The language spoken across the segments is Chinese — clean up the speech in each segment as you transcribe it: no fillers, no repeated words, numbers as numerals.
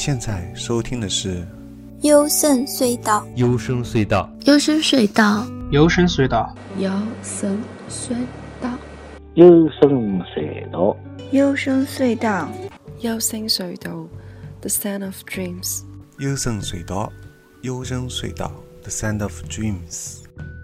现在收听的是幽深隧道， 幽深隧道， 幽深隧道， 幽深隧道， 幽深隧道， 幽深隧道， 幽深隧道， 幽深隧道 The Sound of Dreams， 幽深隧道，幽深隧道 The Sound of Dreams。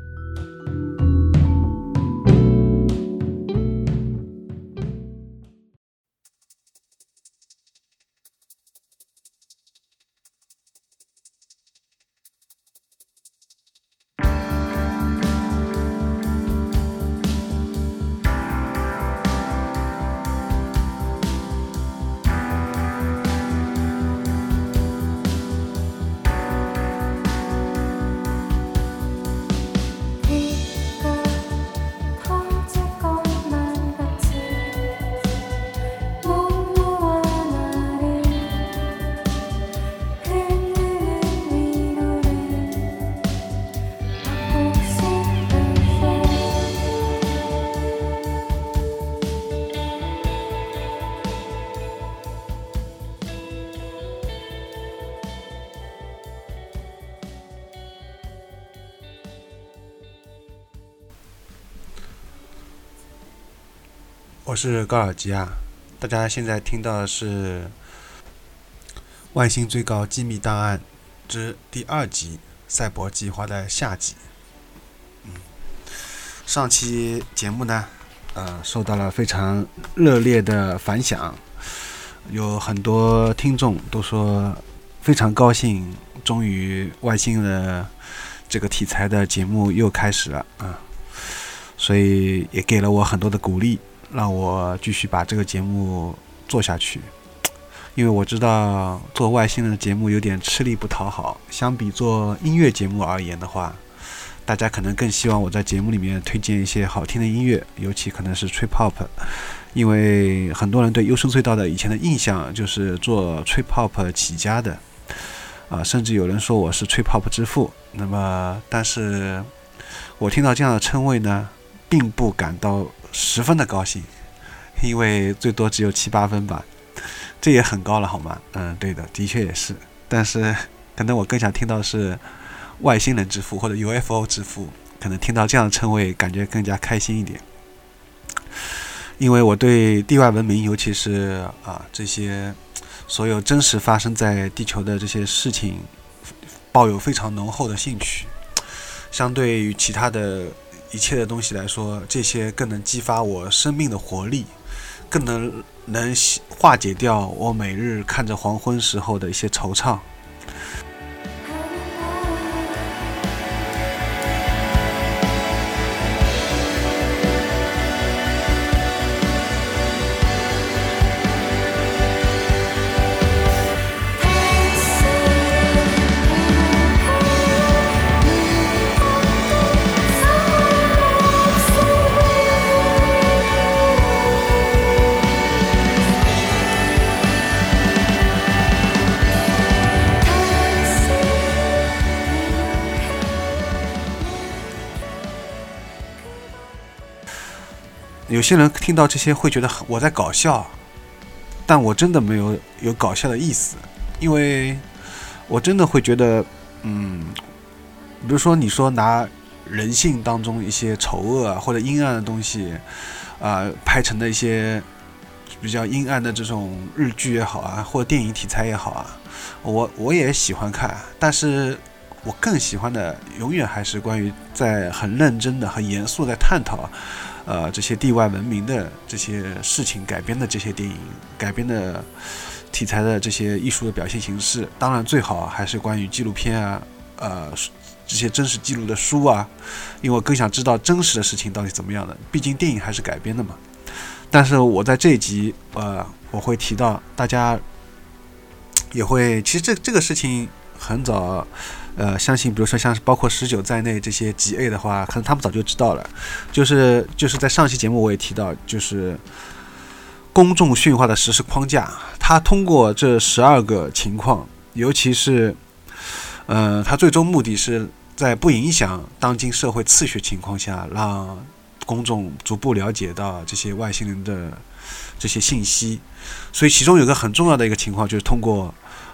我是高尔基啊，大家现在听到的是《外星最高机密档案》之第2集赛博计划的下集。上期节目呢，受到了非常热烈的反响，有很多听众都说非常高兴，终于外星的这个题材的节目又开始了啊，所以也给了我很多的鼓励，让我继续把这个节目做下去。因为我知道做外星人的节目有点吃力不讨好，相比做音乐节目而言的话，大家可能更希望我在节目里面推荐一些好听的音乐，尤其可能是 Trip Hop， 因为很多人对幽深隧道的以前的印象就是做 Trip Hop 起家的甚至有人说我是 Trip Hop 之父。那么但是我听到这样的称谓呢，并不感到十分的高兴，因为最多只有7-8分吧，这也很高了好吗？对的，的确也是，但是可能我更想听到是外星人之父或者 UFO 之父，可能听到这样的称谓感觉更加开心一点。因为我对地外文明，尤其是这些所有真实发生在地球的这些事情抱有非常浓厚的兴趣，相对于其他的一切的东西来说，这些更能激发我生命的活力，更能化解掉我每日看着黄昏时候的一些惆怅。有些人听到这些会觉得我在搞笑，但我真的没有搞笑的意思，因为我真的会觉得比如说你说拿人性当中一些丑恶或者阴暗的东西拍成的一些比较阴暗的这种日剧也好或者电影题材也好我也喜欢看，但是我更喜欢的永远还是关于在很认真的很严肃的探讨这些地外文明的这些事情改编的这些电影改编的题材的这些艺术的表现形式，当然最好还是关于纪录片这些真实记录的书因为我更想知道真实的事情到底怎么样的，毕竟电影还是改编的嘛。但是我在这一集我会提到，大家也会其实这个事情很早相信比如说像是包括19在内这些GA 的话，可能他们早就知道了，就是在上期节目我也提到，就是公众驯化的实施框架，它通过这12个情况，尤其是它最终目的是在不影响当今社会秩序情况下，让公众逐步了解到这些外星人的这些信息。所以其中有个很重要的一个情况，就是通过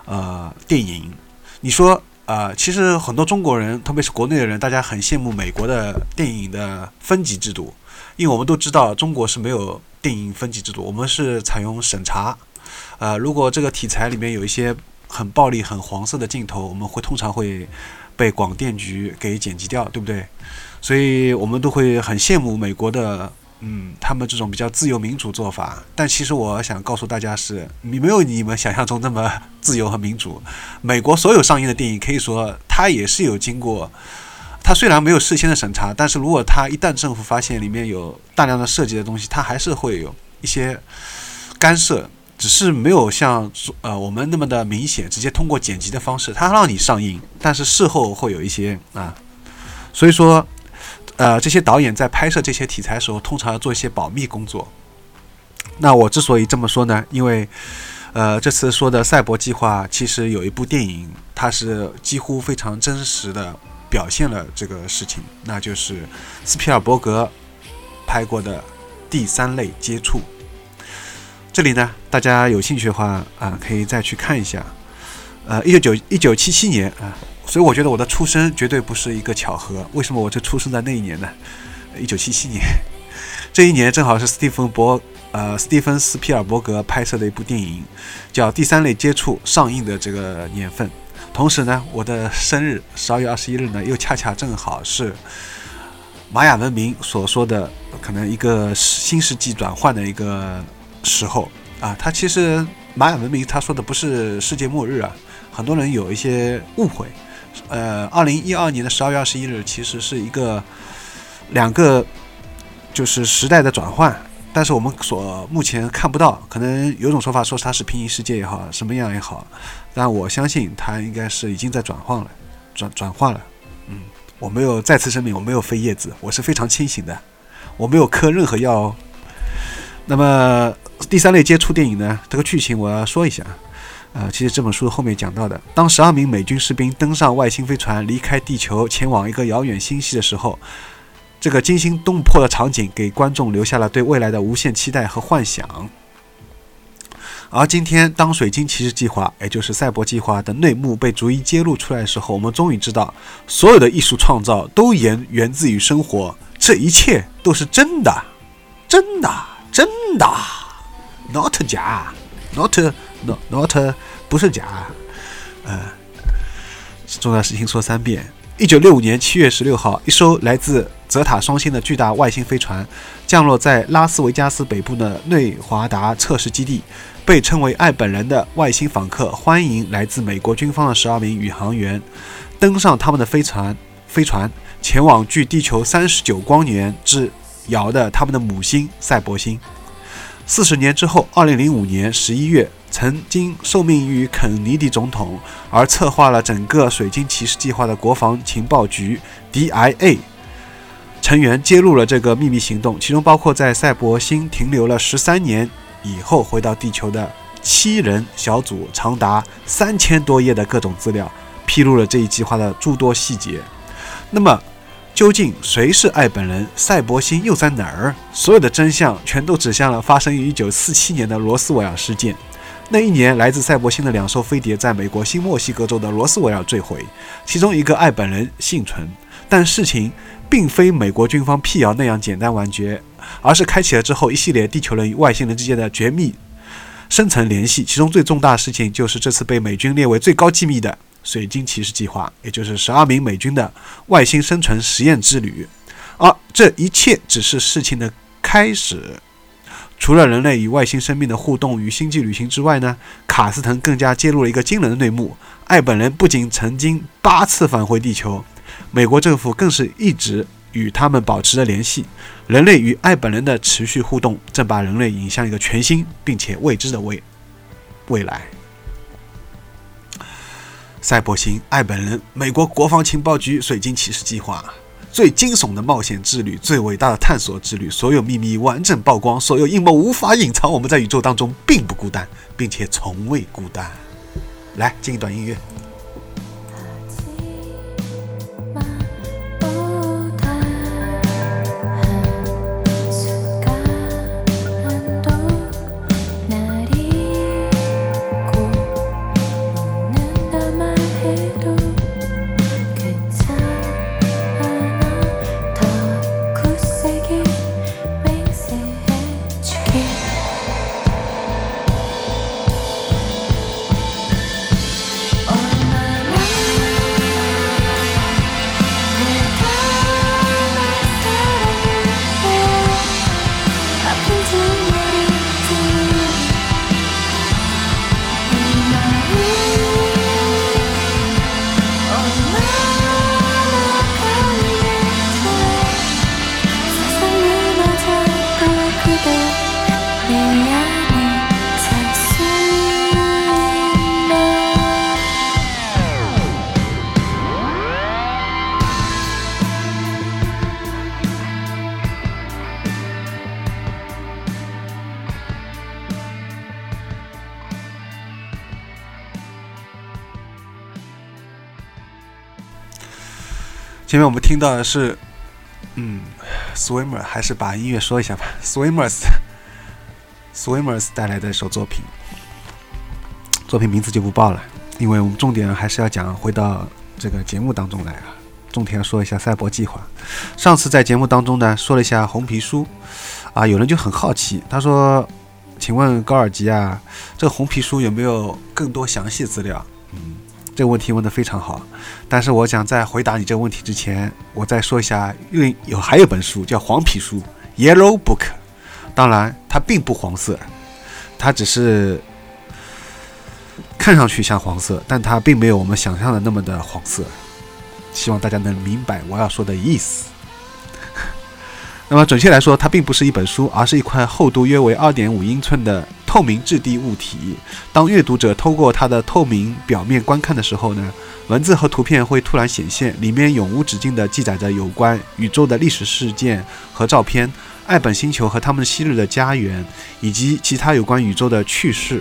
电影。你说其实很多中国人，特别是国内的人，大家很羡慕美国的电影的分级制度，因为我们都知道中国是没有电影分级制度，我们是采用审查。如果这个题材里面有一些很暴力、很黄色的镜头，我们通常会被广电局给剪辑掉，对不对？所以我们都会很羡慕美国的他们这种比较自由民主做法。但其实我想告诉大家是，没有你们想象中那么自由和民主。美国所有上映的电影可以说它也是有经过，它虽然没有事先的审查，但是如果它一旦政府发现里面有大量的涉及的东西，它还是会有一些干涉，只是没有像我们那么的明显，直接通过剪辑的方式它让你上映，但是事后会有一些所以说这些导演在拍摄这些题材的时候通常要做一些保密工作。那我之所以这么说呢，因为这次说的赛博计划其实有一部电影，它是几乎非常真实的表现了这个事情，那就是斯皮尔伯格拍过的第三类接触。这里呢大家有兴趣的话可以再去看一下。1977年所以我觉得我的出生绝对不是一个巧合。为什么我就出生在那一年呢？1977年，这一年正好是斯蒂芬斯皮尔伯格拍摄的一部电影叫《第三类接触》上映的这个年份。同时呢，我的生日12月21日呢，又恰恰正好是玛雅文明所说的可能一个新世纪转换的一个时候它其实玛雅文明他说的不是世界末日很多人有一些误会。2012年的12月21日其实是两个就是时代的转换，但是我们目前看不到，可能有种说法说它是平行世界也好，什么样也好，但我相信它应该是已经在转换了。我没有再次声明，我没有飞叶子，我是非常清醒的，我没有嗑任何药那么第三类接触电影呢，这个剧情我要说一下。其实这本书后面讲到的，当12名美军士兵登上外星飞船离开地球前往一个遥远星系的时候，这个惊心动魄的场景给观众留下了对未来的无限期待和幻想。而今天当水晶骑士计划也就是赛博计划的内幕被逐一揭露出来的时候，我们终于知道所有的艺术创造都源自于生活，这一切都是真的 not 假 not 不是假重要事情说3遍。1965年7月16号，一艘来自泽塔双星的巨大外星飞船降落在拉斯维加斯北部的内华达测试基地，被称为爱本人的外星访客欢迎来自美国军方的12名宇航员登上他们的飞船前往距地球39光年之遥的他们的母星赛博星。40年之后，2005年11月，曾经受命于肯尼迪总统而策划了整个水晶骑士计划的国防情报局 DIA 成员揭露了这个秘密行动，其中包括在赛博星停留了13年以后回到地球的7人小组长达3000多页的各种资料，披露了这一计划的诸多细节。那么究竟谁是爱本人？赛博星又在哪儿？所有的真相全都指向了发生于1947年的罗斯韦尔事件。那一年，来自赛博星的2艘飞碟在美国新墨西哥州的罗斯韦尔坠毁，其中一个爱本人幸存。但事情并非美国军方辟谣那样简单完结，而是开启了之后一系列地球人与外星人之间的绝密深层联系。其中最重大的事情就是这次被美军列为最高机密的水晶骑士计划，也就是12名美军的外星生存实验之旅。而这一切只是事情的开始。除了人类与外星生命的互动与星际旅行之外呢，卡斯滕更加揭露了一个惊人的内幕：爱本人不仅曾经8次返回地球，美国政府更是一直与他们保持着联系。人类与爱本人的持续互动正把人类引向一个全新并且未知的未来。赛博星、爱本人、美国国防情报局、水晶骑士计划，最惊悚的冒险之旅，最伟大的探索之旅，所有秘密完整曝光，所有阴谋无法隐藏。我们在宇宙当中并不孤单，并且从未孤单。来，进一段音乐。 前面我们听到的是Swimmer， 还是把音乐说一下吧。Swimmers 带来的一首作品名字就不报了，因为我们重点还是要回到这个节目当中来啊。重点要说一下赛博计划。上次在节目当中呢说了一下红皮书啊，有人就很好奇，他说请问高尔基啊，这个红皮书有没有更多详细资料？这个问题问得非常好，但是我想在回答你这个问题之前，我再说一下，因为还有本书叫黄皮书 Yellow Book， 当然它并不黄色，它只是看上去像黄色，但它并没有我们想象的那么的黄色，希望大家能明白我要说的意思。那么准确来说，它并不是一本书，而是一块厚度约为 2.5 英寸的透明质地物体。当阅读者透过它的透明表面观看的时候呢，文字和图片会突然显现，里面永无止境地记载着有关宇宙的历史事件和照片、艾本星球和他们昔日的家园，以及其他有关宇宙的趣事。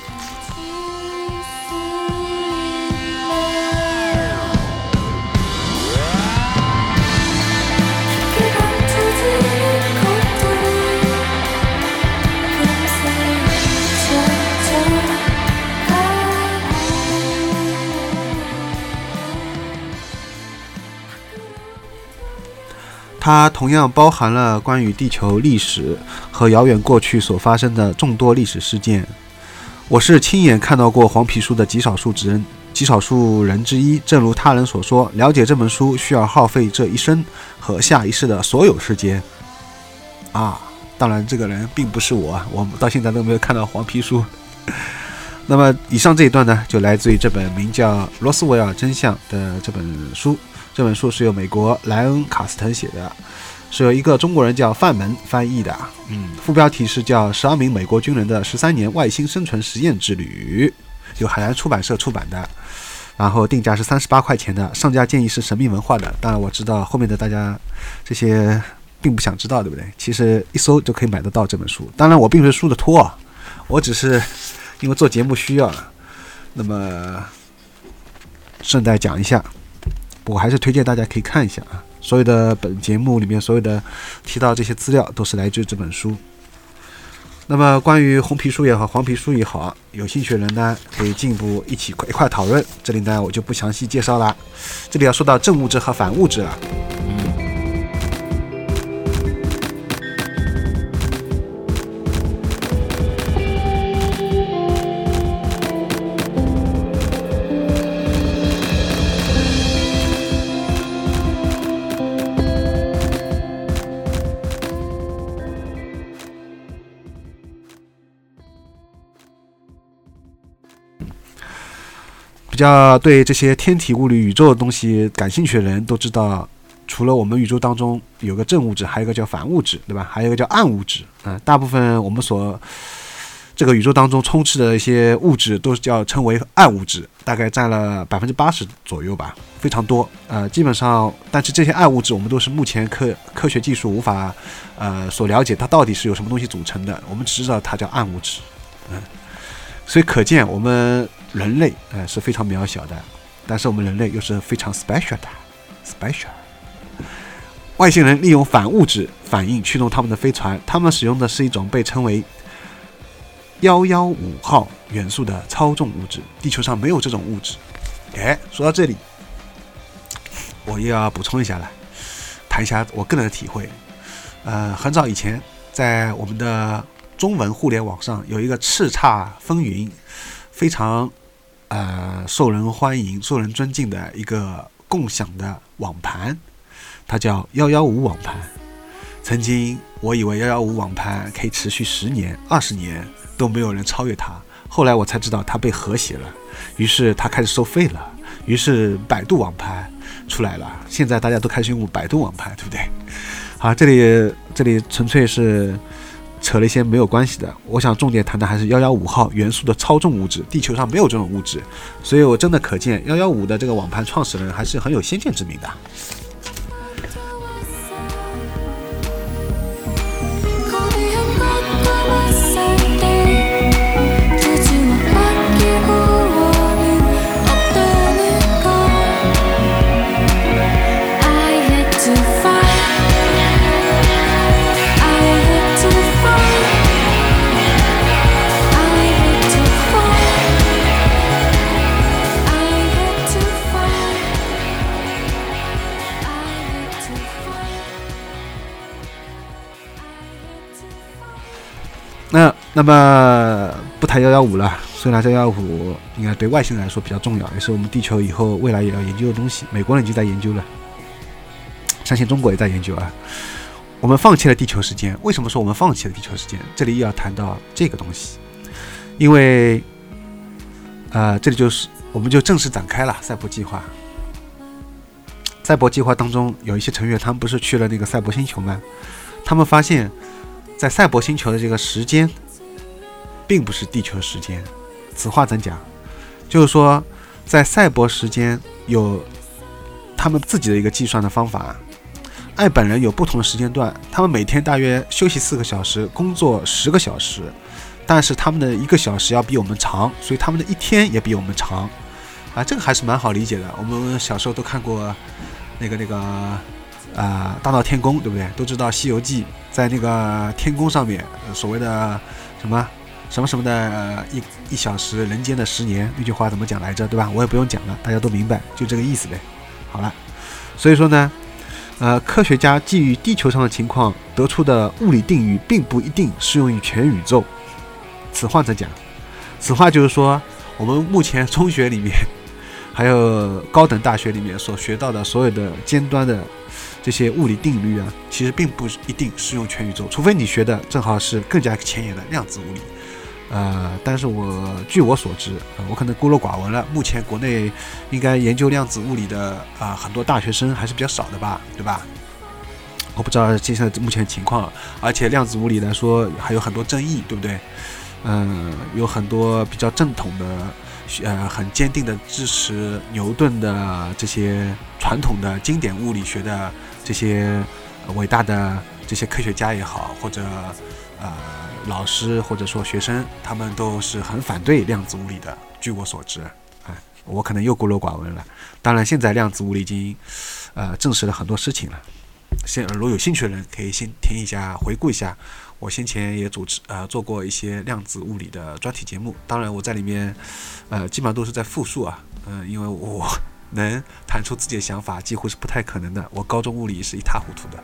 它同样包含了关于地球历史和遥远过去所发生的众多历史事件。我是亲眼看到过黄皮书的极少数人之一，正如他人所说，了解这本书需要耗费这一生和下一世的所有时间。当然这个人并不是我到现在都没有看到黄皮书。那么以上这一段呢，就来自于这本名叫《罗斯维尔真相》的这本书。这本书是由美国莱恩·卡斯滕写的，是由一个中国人叫范门翻译的。副标题是叫12名美国军人的13年外星生存实验之旅，由海南出版社出版的，然后定价是38块钱的，上架建议是神秘文化的。当然我知道后面的大家这些并不想知道，对不对？其实一搜就可以买得到这本书。当然我并不是书的托，我只是因为做节目需要，那么顺带讲一下。我还是推荐大家可以看一下啊，所有的本节目里面所有的提到这些资料都是来自于这本书。那么关于红皮书也好，黄皮书也好，有兴趣的人呢可以进一步一块讨论，这里呢我就不详细介绍了。这里要说到正物质和反物质了。比较对这些天体物理宇宙的东西感兴趣的人都知道，除了我们宇宙当中有个正物质，还有一个叫反物质，对吧？还有一个叫暗物质。大部分我们这个宇宙当中充斥的一些物质都叫称为暗物质，大概占了80%左右吧，非常多。基本上，但是这些暗物质我们都是目前科学技术无法所了解它到底是由什么东西组成的，我们只知道它叫暗物质。所以可见我们人类是非常渺小的，但是我们人类又是非常 special 的。外星人利用反物质反应驱动他们的飞船，他们使用的是一种被称为115号元素的操纵物质，地球上没有这种物质。说到这里，我又要补充一下了，谈一下我个人的体会。很早以前，在我们的中文互联网上有一个叱咤风云、非常受人欢迎、受人尊敬的一个共享的网盘，它叫115网盘。曾经我以为115网盘可以持续10年、20年都没有人超越它，后来我才知道它被和谐了，于是它开始收费了，于是百度网盘出来了，现在大家都开始用百度网盘，对不对？好，这里纯粹是扯了一些没有关系的，我想重点谈的还是115号元素的操纵物质，地球上没有这种物质，所以我真的可见115的这个网盘创始人还是很有先见之明的。 那么不谈115了，虽然115应该对外星人来说比较重要，也是我们地球以后未来也要研究的东西，美国人已经在研究了，相信中国也在研究啊。我们放弃了地球时间，为什么说我们放弃了地球时间？这里又要谈到这个东西，因为这里就是我们就正式展开了赛博计划。赛博计划当中有一些成员，他们不是去了那个赛博星球吗？他们发现在赛博星球的这个时间并不是地球时间。此话怎讲？就是说在赛博时间有他们自己的一个计算的方法，按本人有不同的时间段，他们每天大约休息4个小时，工作10个小时，但是他们的1个小时要比我们长，所以他们的一天也比我们长啊，这个还是蛮好理解的。我们小时候都看过那个大闹天宫，对不对？都知道《西游记》在那个天宫上面，所谓的什么的一小时人间的10年，那句话怎么讲来着，对吧？我也不用讲了，大家都明白，就这个意思呗。好了，所以说呢，科学家基于地球上的情况得出的物理定语，并不一定适用于全宇宙。此话怎讲？此话就是说，我们目前中学里面还有高等大学里面所学到的所有的尖端的这些物理定律啊，其实并不一定适用全宇宙，除非你学的正好是更加前沿的量子物理。但是据我所知，我可能孤陋寡闻了，目前国内应该研究量子物理的很多大学生还是比较少的吧，对吧？我不知道现在目前情况，而且量子物理来说还有很多争议，对不对？有很多比较正统的很坚定的支持牛顿的这些传统的经典物理学的这些伟大的这些科学家也好，或者老师或者说学生，他们都是很反对量子物理的。据我所知，我可能又孤陋寡闻了。当然，现在量子物理已经证实了很多事情了。如果有兴趣的人可以先听一下，回顾一下。我先前也做过一些量子物理的专题节目，当然我在里面基本上都是在复述啊，因为我能谈出自己的想法几乎是不太可能的，我高中物理是一塌糊涂的。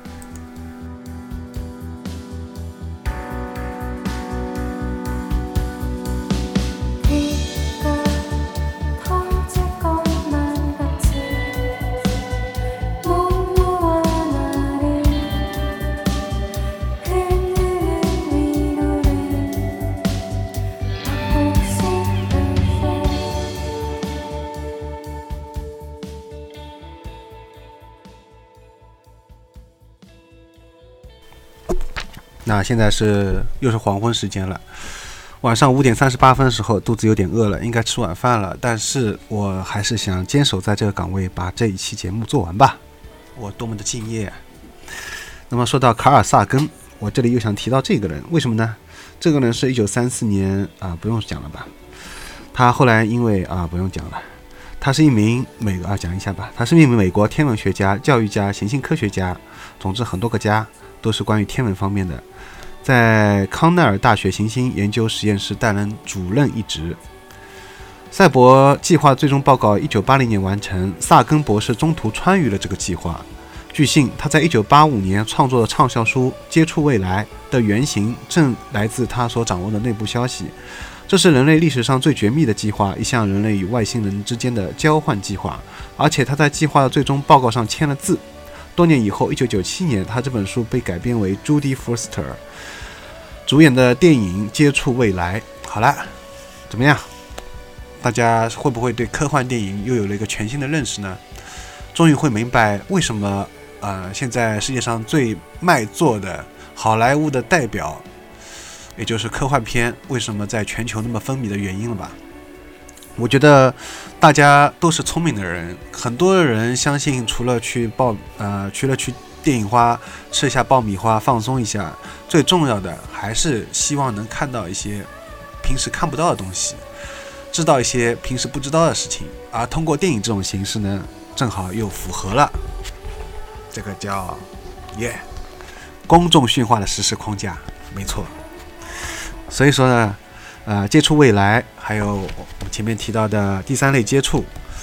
那现在又是黄昏时间了，晚上5点38分的时候，肚子有点饿了，应该吃晚饭了，但是我还是想坚守在这个岗位，把这一期节目做完吧。我多么的敬业啊！那么说到卡尔萨根，我这里又想提到这个人，为什么呢？这个人是1934年不用讲了吧？他后来因为不用讲了，他是一名讲一下吧，他是一名美国天文学家、教育家、行星科学家，总之很多个家都是关于天文方面的。在康奈尔大学行星研究实验室担任主任一职。赛博计划最终报告1980年完成，萨根博士中途参与了这个计划。据信，他在1985年创作的畅销书《接触未来》的原型正来自他所掌握的内部消息。这是人类历史上最绝密的计划，一项人类与外星人之间的交换计划，而且他在计划的最终报告上签了字。多年以后，1997年，他这本书被改编为朱迪·福斯特主演的电影《接触未来》。好了，怎么样？大家会不会对科幻电影又有了一个全新的认识呢？终于会明白为什么现在世界上最卖座的好莱坞的代表，也就是科幻片，为什么在全球那么风靡的原因了吧？我觉得大家都是聪明的人，很多人相信除了去电影花吃一下爆米花放松一下，最重要的还是希望能看到一些平时看不到的东西，知道一些平时不知道的事情，而通过电影这种形式呢，正好又符合了这个叫公众驯化的实施框架，没错。所以说呢接触未来，还有我们前面提到的第三类接触，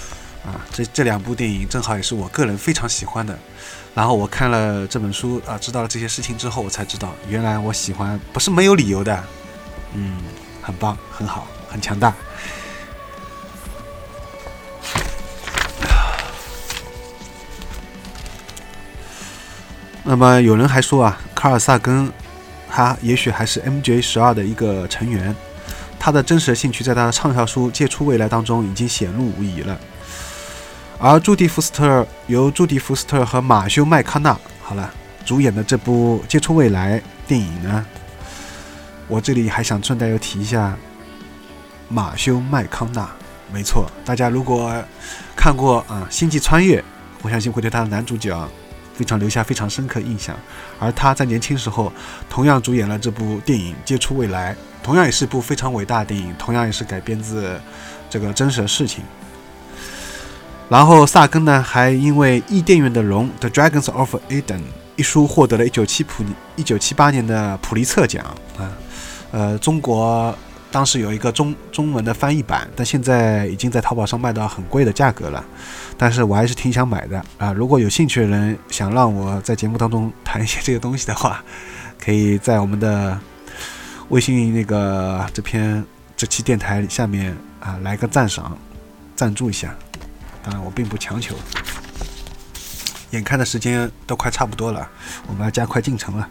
这两部电影正好也是我个人非常喜欢的。然后我看了这本书知道了这些事情之后，我才知道原来我喜欢不是没有理由的。很棒，很好，很强大。那么有人还说卡尔萨根他也许还是 MJ12 的一个成员，他的真实的兴趣在他的畅销书《接触未来》当中已经显露无遗了。而由朱迪福斯特和马修麦康纳主演的这部《接触未来》电影呢，我这里还想顺带又提一下马修麦康纳。没错，大家如果看过星际穿越，我相信会对他的男主角留下非常深刻印象。而他在年轻时候同样主演了这部电影《接触未来》，同样也是部非常伟大的电影，同样也是改编自这个真实的事情。然后萨根呢，还因为《伊甸园的龙》The Dragons of Eden 一书获得了1978年的普利策奖中国当时有一个中文的翻译版，但现在已经在淘宝上卖到很贵的价格了，但是我还是挺想买的如果有兴趣的人想让我在节目当中谈一些这个东西的话，可以在我们的微信这期电台下面来个赞赏赞助一下。当然我并不强求，眼看的时间都快差不多了，我们要加快进程了。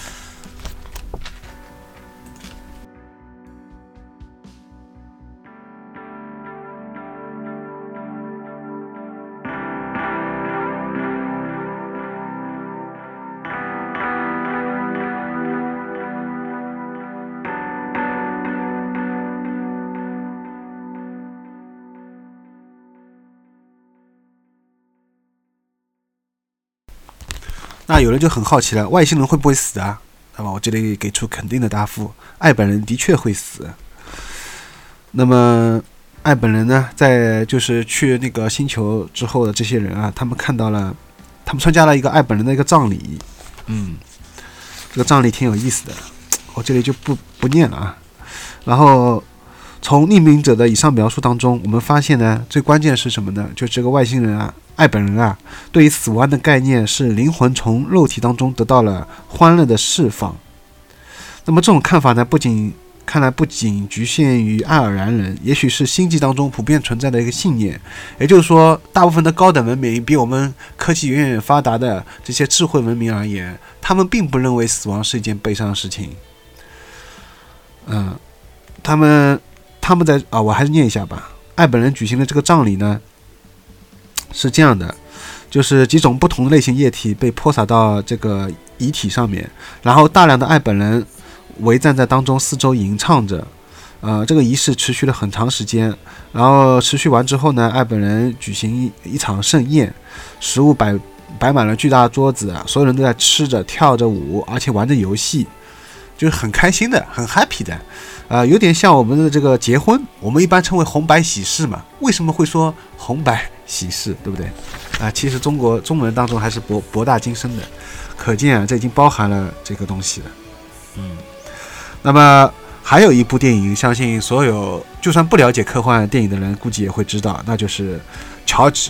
那有人就很好奇了，外星人会不会死啊？那么我这里给出肯定的答复，爱本人的确会死。那么爱本人呢，在就是去那个星球之后的这些人他们参加了一个爱本人的一个葬礼。这个葬礼挺有意思的，我这里就不念了然后从匿名者的以上描述当中，我们发现呢，最关键是什么呢？就这个外星人爱本人对于死亡的概念是灵魂从肉体当中得到了欢乐的释放。那么这种看法呢，看来不仅局限于爱尔兰人，也许是星际当中普遍存在的一个信念。也就是说，大部分的高等文明比我们科技远远发达的这些智慧文明而言，他们并不认为死亡是一件悲伤的事情。他们在我还是念一下吧。爱本人举行的这个葬礼呢，是这样的，就是几种不同的类型液体被泼洒到这个遗体上面，然后大量的爱本人围站在当中，四周吟唱着。这个仪式持续了很长时间，然后持续完之后呢，爱本人举行一场盛宴，食物摆满了巨大的桌子，所有人都在吃着、跳着舞，而且玩着游戏，就是很开心的，很 happy 的。有点像我们的这个结婚，我们一般称为红白喜事嘛。为什么会说红白喜事，对不对？其实中文当中还是博大精深的，可见这已经包含了这个东西了。那么还有一部电影，相信所有就算不了解科幻电影的人估计也会知道，那就是George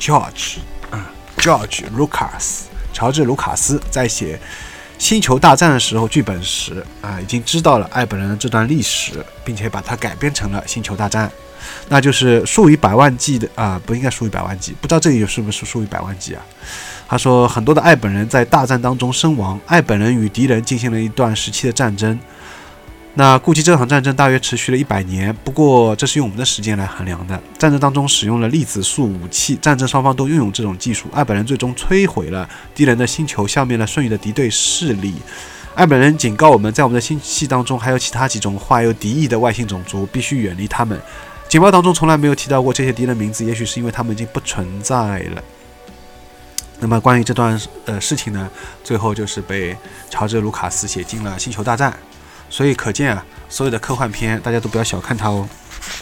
Lucas 乔治·卢卡斯在写星球大战的时候，剧本时已经知道了爱本人的这段历史，并且把它改编成了星球大战。那就是数以百万计的不应该数以百万计，不知道这里是不是数以百万计他说很多的爱本人在大战当中身亡，爱本人与敌人进行了一段时期的战争。那估计这场战争大约持续了100年，不过这是用我们的时间来衡量的。战争当中使用了粒子束武器，战争双方都拥有这种技术。爱本人最终摧毁了敌人的星球，消灭了剩余的敌对势力。爱本人警告我们，在我们的星系当中还有其他几种怀有敌意的外星种族，必须远离他们。警报当中从来没有提到过这些敌人名字，也许是因为他们已经不存在了。那么关于这段事情呢，最后就是被乔治·卢卡斯写进了《星球大战》。所以可见所有的科幻片大家都不要小看它哦。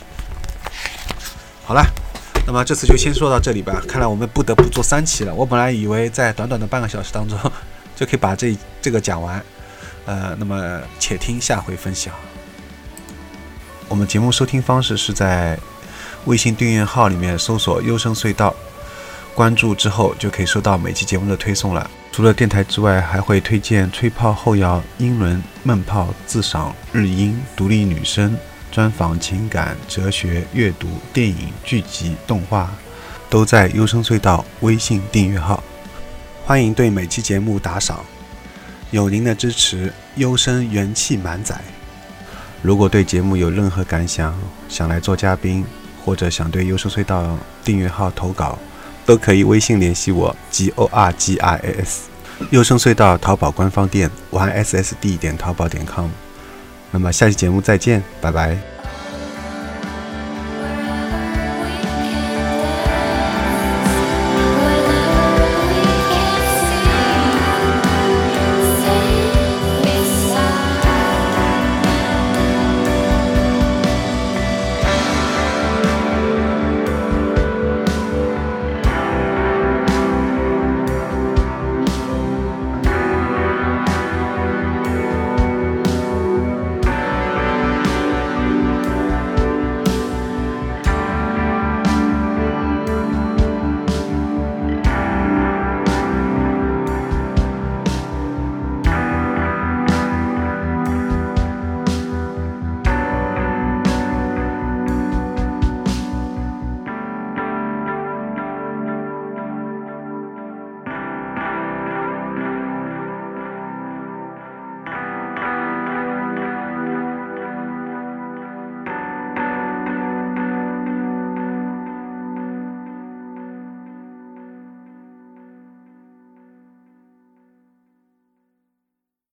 好了，那么这次就先说到这里吧。看来我们不得不做3期了。我本来以为在短短的半个小时当中就可以把这个讲完。那么且听下回分晓。我们节目收听方式是在微信订阅号里面搜索优声隧道，关注之后就可以收到每期节目的推送了。除了电台之外，还会推荐吹泡后摇、英伦、闷泡、自赏、日音、独立女声、专访、情感、哲学、阅读、电影、剧集、动画，都在优声隧道微信订阅号。欢迎对每期节目打赏，有您的支持，优声元气满载。如果对节目有任何感想，想来做嘉宾，或者想对优声隧道订阅号投稿，都可以微信联系我 GORGRAS。 优声隧道淘宝官方店 1ssd.淘宝.com。 那么下期节目再见，拜拜。